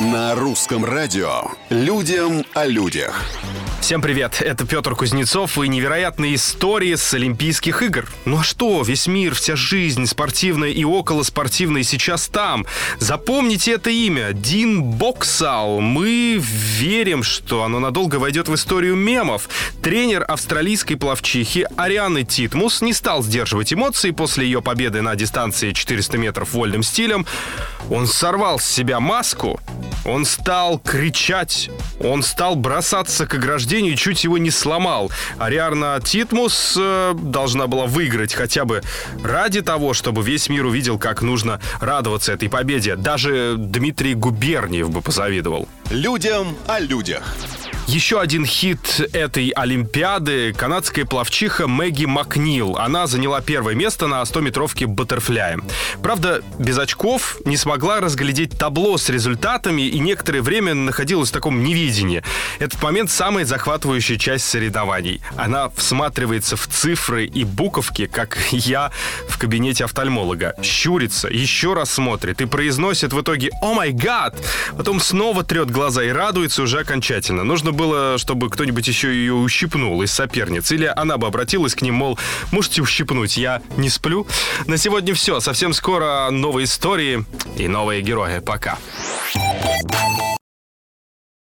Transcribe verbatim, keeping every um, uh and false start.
На русском радио «Людям о людях». Всем привет, это Петр Кузнецов и невероятные истории с Олимпийских игр. Ну а что, весь мир, вся жизнь спортивная и околоспортивная сейчас там. Запомните это имя, Дин Боксал. Мы верим, что оно надолго войдет в историю мемов. Тренер австралийской пловчихи Арианы Титмус не стал сдерживать эмоции после ее победы на дистанции четыреста метров вольным стилем. Он сорвал с себя маску, он стал кричать, он стал бросаться к ограждению и чуть его не сломал. Ариана Титмус э, должна была выиграть хотя бы ради того, чтобы весь мир увидел, как нужно радоваться этой победе. Даже Дмитрий Губерниев бы позавидовал. Людям о людях. Еще один хит этой Олимпиады — канадская пловчиха Мэгги Макнил. Она заняла первое место на стометровке баттерфляя. Правда, без очков не смогла разглядеть табло с результатами и некоторое время находилась в таком невидении. Этот момент — самая захватывающая часть соревнований. Она всматривается в цифры и буковки, как я в кабинете офтальмолога. Щурится, еще раз смотрит и произносит в итоге «О май гад!». Потом снова трет глаза и радуется уже окончательно. Нужно было, чтобы кто-нибудь еще ее ущипнул из соперниц. Или она бы обратилась к ним, мол, можете ущипнуть, я не сплю. На сегодня все. Совсем скоро новые истории и новые герои. Пока.